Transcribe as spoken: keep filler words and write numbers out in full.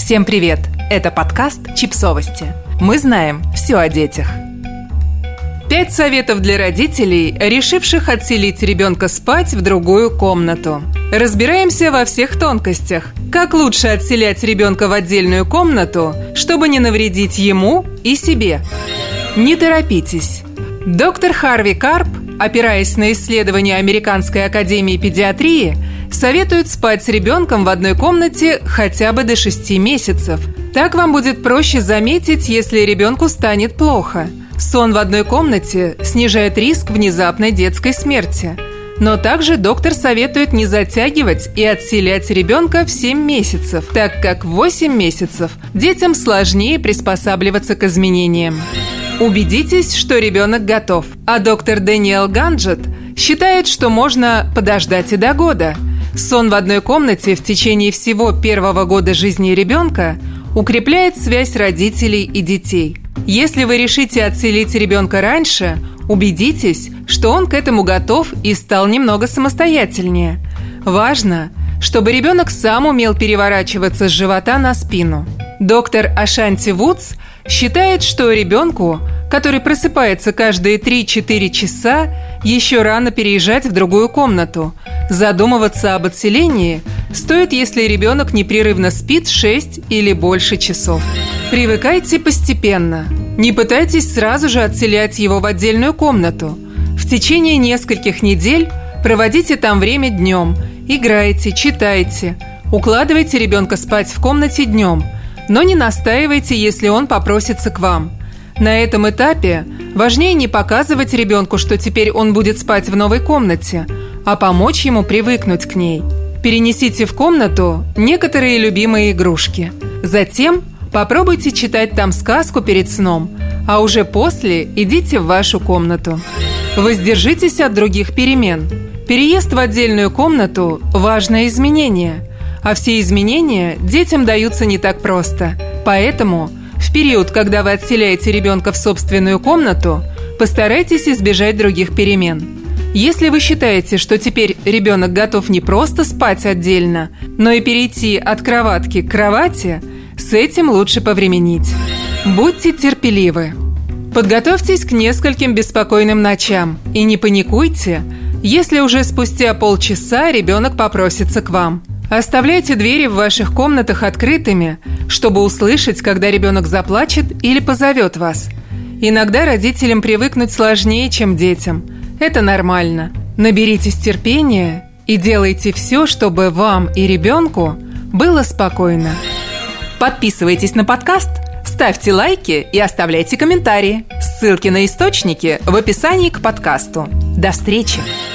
Всем привет! Это подкаст «Чипсовости». Мы знаем все о детях. Пять советов для родителей, решивших отселить ребенка спать в другую комнату. Разбираемся во всех тонкостях. Как лучше отселять ребенка в отдельную комнату, чтобы не навредить ему и себе? Не торопитесь. Доктор Харви Карп, опираясь на исследования Американской академии педиатрии, советует спать с ребенком в одной комнате хотя бы до шести месяцев. Так вам будет проще заметить, если ребенку станет плохо. Сон в одной комнате снижает риск внезапной детской смерти. Но также доктор советует не затягивать и отселять ребенка в семь месяцев, так как в восемь месяцев детям сложнее приспосабливаться к изменениям. Убедитесь, что ребенок готов. А доктор Дэниел Ганджет считает, что можно подождать и до года. Сон в одной комнате в течение всего первого года жизни ребенка укрепляет связь родителей и детей. Если вы решите отселить ребенка раньше, убедитесь, что он к этому готов и стал немного самостоятельнее. Важно, чтобы ребенок сам умел переворачиваться с живота на спину. Доктор Ашанти Вудс считает, что ребенку, который просыпается каждые три-четыре часа, еще рано переезжать в другую комнату. Задумываться об отселении стоит, если ребенок непрерывно спит шесть или больше часов. Привыкайте постепенно. Не пытайтесь сразу же отселять его в отдельную комнату. В течение нескольких недель проводите там время днем. Играйте, читайте. Укладывайте ребенка спать в комнате днем, но не настаивайте, если он попросится к вам. На этом этапе важнее не показывать ребенку, что теперь он будет спать в новой комнате, а помочь ему привыкнуть к ней. Перенесите в комнату некоторые любимые игрушки. Затем попробуйте читать там сказку перед сном, а уже после идите в вашу комнату. Воздержитесь от других перемен. Переезд в отдельную комнату – важное изменение, а все изменения детям даются не так просто. Поэтому в период, когда вы отселяете ребенка в собственную комнату, постарайтесь избежать других перемен. Если вы считаете, что теперь ребенок готов не просто спать отдельно, но и перейти от кроватки к кровати, с этим лучше повременить. Будьте терпеливы. Подготовьтесь к нескольким беспокойным ночам и не паникуйте, если уже спустя полчаса ребенок попросится к вам. Оставляйте двери в ваших комнатах открытыми, чтобы услышать, когда ребенок заплачет или позовет вас. Иногда родителям привыкнуть сложнее, чем детям. Это нормально. Наберитесь терпения и делайте все, чтобы вам и ребенку было спокойно. Подписывайтесь на подкаст, ставьте лайки и оставляйте комментарии. Ссылки на источники в описании к подкасту. До встречи!